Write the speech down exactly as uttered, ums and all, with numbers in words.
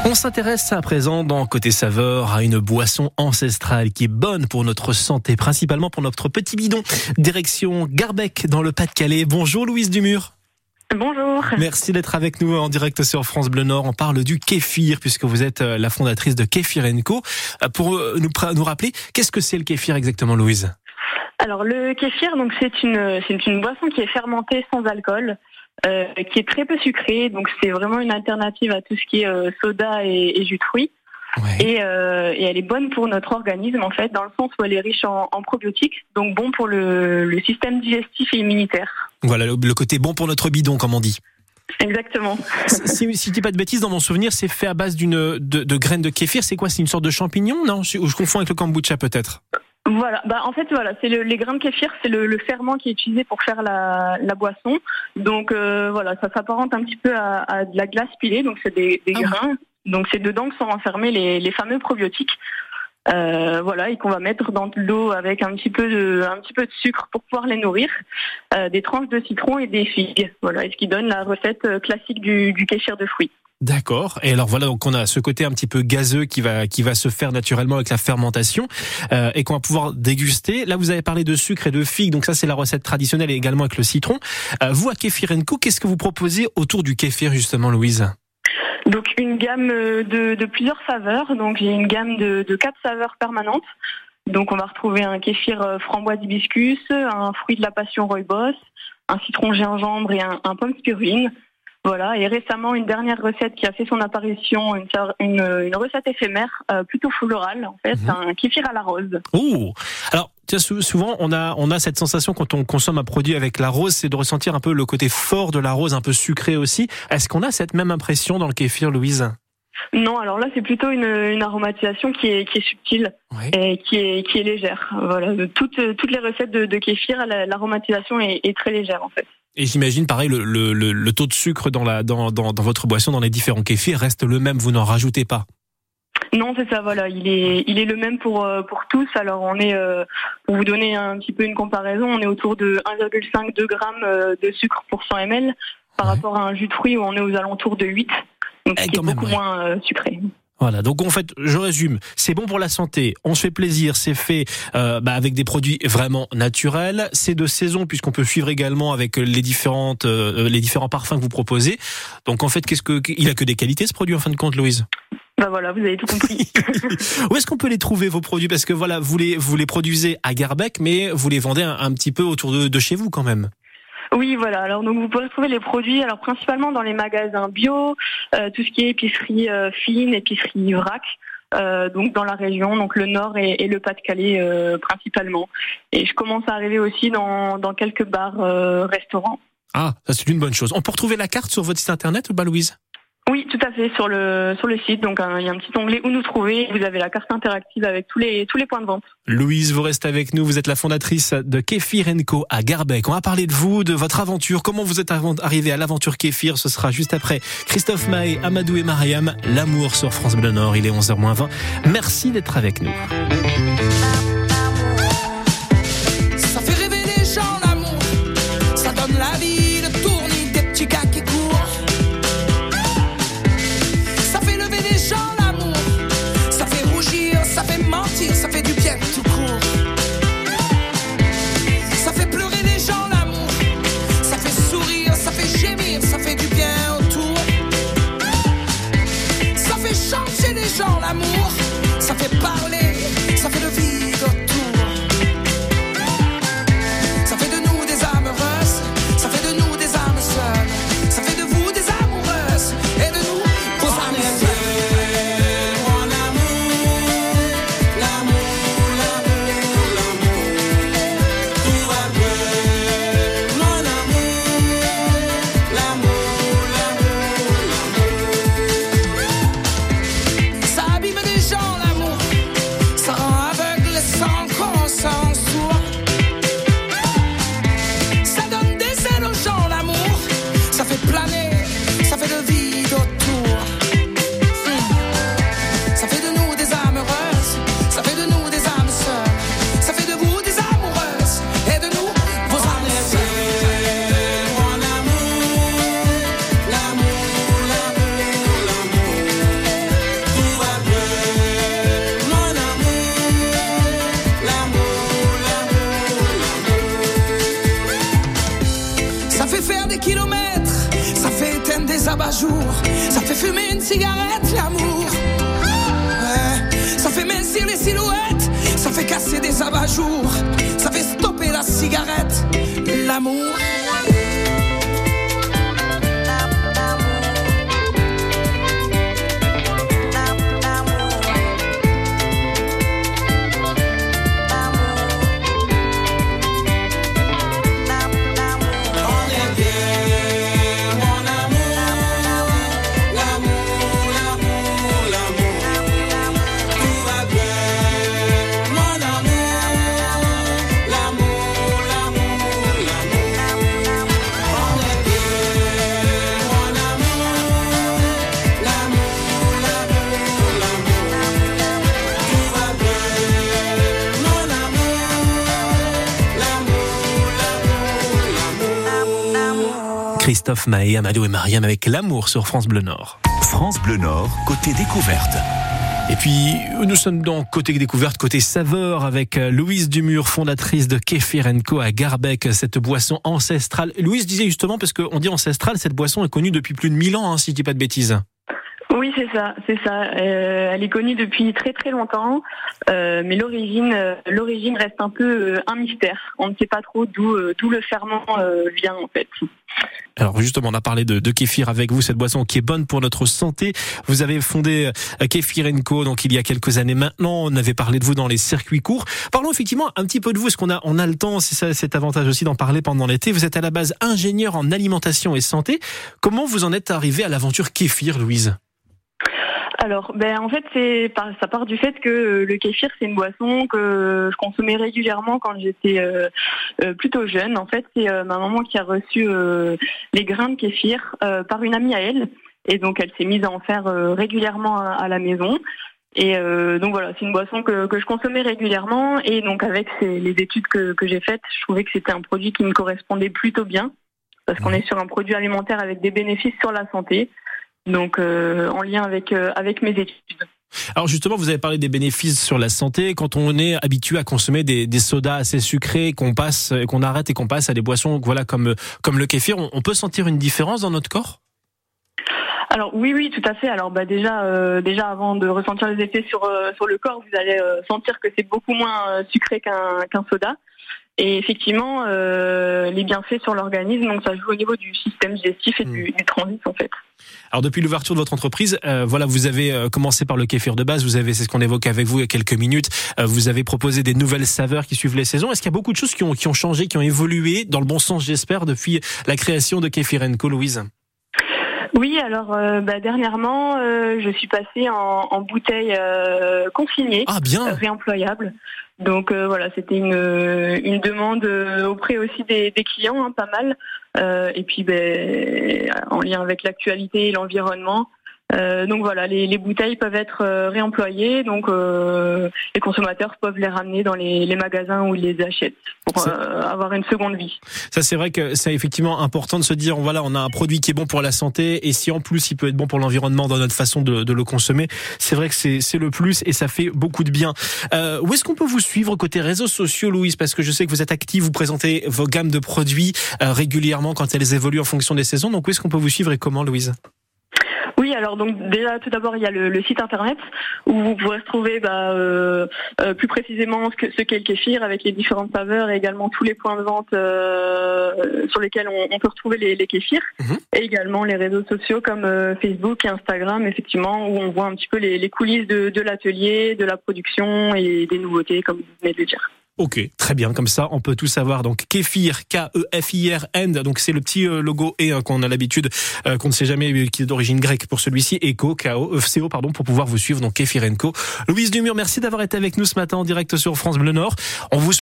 On s'intéresse à présent dans Côté Saveur à une boisson ancestrale qui est bonne pour notre santé, principalement pour notre petit bidon. Direction Garbec dans le Pas-de-Calais. Bonjour Louise Dumur. Bonjour. Merci d'être avec nous en direct sur France Bleu Nord. On parle du kéfir puisque vous êtes la fondatrice de Kéfir and Co. Pour nous, nous rappeler, qu'est-ce que c'est le kéfir exactement, Louise ? Alors le kéfir, donc c'est une c'est une boisson qui est fermentée sans alcool, euh, qui est très peu sucrée, donc c'est vraiment une alternative à tout ce qui est euh, soda et, et jus de fruits. Ouais. Et, euh, et elle est bonne pour notre organisme en fait, dans le sens où elle est riche en, en probiotiques, donc bon pour le, le système digestif et immunitaire. Voilà le, le côté bon pour notre bidon, comme on dit. Exactement. Si, si je dis pas de bêtises, dans mon souvenir, c'est fait à base d'une de, de graines de kéfir. C'est quoi ? C'est une sorte de champignon ? Non, je, je confonds avec le kombucha peut-être. Voilà, bah en fait voilà, c'est le, les grains de kéfir, c'est le, le ferment qui est utilisé pour faire la, la boisson. Donc euh, voilà, ça s'apparente un petit peu à, à de la glace pilée, donc c'est des, des ah grains. Donc c'est dedans que sont renfermés les, les fameux probiotiques. Euh, voilà, et qu'on va mettre dans de l'eau avec un petit peu de, un petit peu de sucre pour pouvoir les nourrir, euh, des tranches de citron et des figues. Voilà, et ce qui donne la recette classique du, du kéfir de fruits. D'accord. Et alors voilà, donc on a ce côté un petit peu gazeux qui va qui va se faire naturellement avec la fermentation euh, et qu'on va pouvoir déguster. Là, vous avez parlé de sucre et de figues, donc ça c'est la recette traditionnelle et également avec le citron. Euh, vous à Kéfir and Co, qu'est-ce que vous proposez autour du kéfir justement, Louise ? Donc une gamme de, de plusieurs saveurs. Donc j'ai une gamme de, de quatre saveurs permanentes. Donc on va retrouver un kéfir framboise hibiscus, un fruit de la passion rooibos, un citron gingembre et un, un pomme spiruline. Voilà, et récemment une dernière recette qui a fait son apparition, une, une, une recette éphémère, euh, plutôt florale en fait, mmh. un kéfir à la rose. Oh, alors tiens, souvent on a on a cette sensation quand on consomme un produit avec la rose, c'est de ressentir un peu le côté fort de la rose, un peu sucré aussi. Est-ce qu'on a cette même impression dans le kéfir, Louise ? Non, alors là c'est plutôt une, une aromatisation qui est qui est subtile ouais. et qui est qui est légère. Voilà, toutes toutes les recettes de, de kéfir, l'aromatisation est, est très légère en fait. Et j'imagine pareil le, le, le, le taux de sucre dans la dans, dans dans votre boisson, dans les différents kéfirs reste le même, vous n'en rajoutez pas. Non, c'est ça, voilà, il est il est le même pour pour tous. Alors on est euh, pour vous donner un petit peu une comparaison, on est autour de un virgule cinq à deux grammes de sucre pour cent millilitres par ouais. rapport à un jus de fruits où on est aux alentours de huit. Donc c'est beaucoup ouais. moins euh, sucré. Voilà, donc en fait, je résume, c'est bon pour la santé, on se fait plaisir, c'est fait euh, bah, avec des produits vraiment naturels, c'est de saison puisqu'on peut suivre également avec les différentes euh, les différents parfums que vous proposez. Donc en fait, qu'est-ce que il a que des qualités ce produit en fin de compte, Louise ? Bah voilà, vous avez tout compris. Où est-ce qu'on peut les trouver vos produits ? Parce que voilà, vous les vous les produisez à Garbec, mais vous les vendez un, un petit peu autour de, de chez vous quand même. Oui, voilà. Alors donc vous pouvez trouver les produits, alors principalement dans les magasins bio, euh, tout ce qui est épicerie euh, fine, épicerie vrac, euh, donc dans la région, donc le Nord et, et le Pas-de-Calais euh, principalement. Et je commence à arriver aussi dans dans quelques bars, euh, restaurants. Ah, ça c'est une bonne chose. On peut retrouver la carte sur votre site internet ou pas, Louise ? Oui, tout à fait, sur le sur le site. Donc, il y a un petit onglet où nous trouver. Vous avez la carte interactive avec tous les tous les points de vente. Louise, vous restez avec nous. Vous êtes la fondatrice de Kéfir and Co à Garbec. On va parler de vous, de votre aventure. Comment vous êtes arrivé à l'aventure Kéfir ? Ce sera juste après Christophe Maé, Amadou et Mariam. L'amour sur France Bleu Nord. Il est onze heures moins vingt. Merci d'être avec nous. Ça fait rêver les gens, l'amour. Ça donne la vie, le tournis des petits gars qui courent. Ça fait du bien tout court. Ça fait pleurer les gens l'amour. Ça fait sourire, ça fait gémir, ça fait du bien autour. Ça fait chanter les gens l'amour. Ça fait parler, ça fait le vide autour. Ça fait de nous des âmes heureuses. Ça fait de nous des âmes seules. Ça fait de vous des amoureuses. Et de nous vos âmes seules. abat-jours. Ça fait fumer une cigarette, l'amour. Ouais, ça fait mincir les silhouettes. Ça fait casser des abat-jours. Ça fait stopper la cigarette, l'amour. Christophe Maé, Amadou et Mariam avec l'amour sur France Bleu Nord. France Bleu Nord, côté découverte. Et puis, nous sommes dans côté découverte, côté saveur, avec Louise Dumur, fondatrice de Kéfir and Co à Garbec, cette boisson ancestrale. Louise disait justement, parce qu'on dit ancestrale, cette boisson est connue depuis plus de mille ans, hein, si je dis pas de bêtises. Oui, c'est ça, c'est ça. Euh, elle est connue depuis très très longtemps, euh, mais l'origine, euh, l'origine reste un peu euh, un mystère. On ne sait pas trop d'où, euh, d'où le ferment euh, vient en fait. Alors justement, on a parlé de, de kéfir avec vous, cette boisson qui est bonne pour notre santé. Vous avez fondé euh, Kéfir and Co, donc il y a quelques années maintenant. On avait parlé de vous dans les circuits courts. Parlons effectivement un petit peu de vous, parce qu'on a, on a le temps, c'est ça, cet avantage aussi d'en parler pendant l'été. Vous êtes à la base ingénieur en alimentation et santé. Comment vous en êtes arrivé à l'aventure kéfir, Louise ? Alors, ben en fait, c'est ça part du fait que le kéfir, c'est une boisson que je consommais régulièrement quand j'étais euh, euh, plutôt jeune. En fait, c'est euh, ma maman qui a reçu euh, les grains de kéfir euh, par une amie à elle, et donc elle s'est mise à en faire euh, régulièrement à, à la maison. Et euh, donc voilà, c'est une boisson que, que je consommais régulièrement, et donc avec ces, les études que, que j'ai faites, je trouvais que c'était un produit qui me correspondait plutôt bien, parce qu'on est sur un produit alimentaire avec des bénéfices sur la santé. Donc euh, en lien avec euh, avec mes études. Alors justement, vous avez parlé des bénéfices sur la santé. Quand on est habitué à consommer des, des sodas assez sucrés, qu'on passe, qu'on arrête et qu'on passe à des boissons, voilà, comme comme le kéfir, on, on peut sentir une différence dans notre corps ? Alors oui, oui, tout à fait. Alors bah déjà, euh, déjà avant de ressentir les effets sur euh, sur le corps, vous allez euh, sentir que c'est beaucoup moins euh, sucré qu'un qu'un soda. Et effectivement, euh, les bienfaits sur l'organisme, donc ça joue au niveau du système digestif et du, du transit en fait. Alors depuis l'ouverture de votre entreprise, euh, voilà, vous avez euh, commencé par le kéfir de base. Vous avez, c'est ce qu'on évoquait avec vous il y a quelques minutes. Euh, vous avez proposé des nouvelles saveurs qui suivent les saisons. Est-ce qu'il y a beaucoup de choses qui ont qui ont changé, qui ont évolué dans le bon sens, j'espère, depuis la création de Kéfir and Co, Louise ? Oui, alors euh, bah, dernièrement, euh, je suis passée en, en bouteille euh, consignée, ah, bien. Euh, réemployable. Donc euh, voilà, c'était une, une demande auprès aussi des, des clients, hein, pas mal. Euh, et puis ben, en lien avec l'actualité et l'environnement. Euh, donc voilà, les, les bouteilles peuvent être euh, réemployées, donc euh, les consommateurs peuvent les ramener dans les, les magasins où ils les achètent pour euh, avoir une seconde vie. Ça, c'est vrai que c'est effectivement important de se dire, voilà, on a un produit qui est bon pour la santé, et si en plus il peut être bon pour l'environnement dans notre façon de, de le consommer, c'est vrai que c'est, c'est le plus et ça fait beaucoup de bien. Euh, où est-ce qu'on peut vous suivre côté réseaux sociaux, Louise ? Parce que je sais que vous êtes active, vous présentez vos gammes de produits euh, régulièrement quand elles évoluent en fonction des saisons. Donc où est-ce qu'on peut vous suivre et comment, Louise ? Oui, alors donc déjà tout d'abord il y a le, le site internet où vous pourrez retrouver bah, euh, euh, plus précisément ce, que, ce qu'est le kéfir avec les différentes saveurs et également tous les points de vente euh, sur lesquels on, on peut retrouver les, les kéfirs, mmh. et également les réseaux sociaux comme euh, Facebook et Instagram, effectivement, où on voit un petit peu les, les coulisses de, de l'atelier, de la production et des nouveautés comme vous venez de le dire. Ok, très bien, comme ça on peut tout savoir. Donc Kéfir, K E F I R N, donc c'est le petit logo et hein, qu'on a l'habitude, euh, qu'on ne sait jamais, qui est d'origine grecque pour celui-ci, et Co, K O, C O, pardon, pour pouvoir vous suivre, donc Kéfir and Co. Louise Dumur, merci d'avoir été avec nous ce matin en direct sur France Bleu Nord. On vous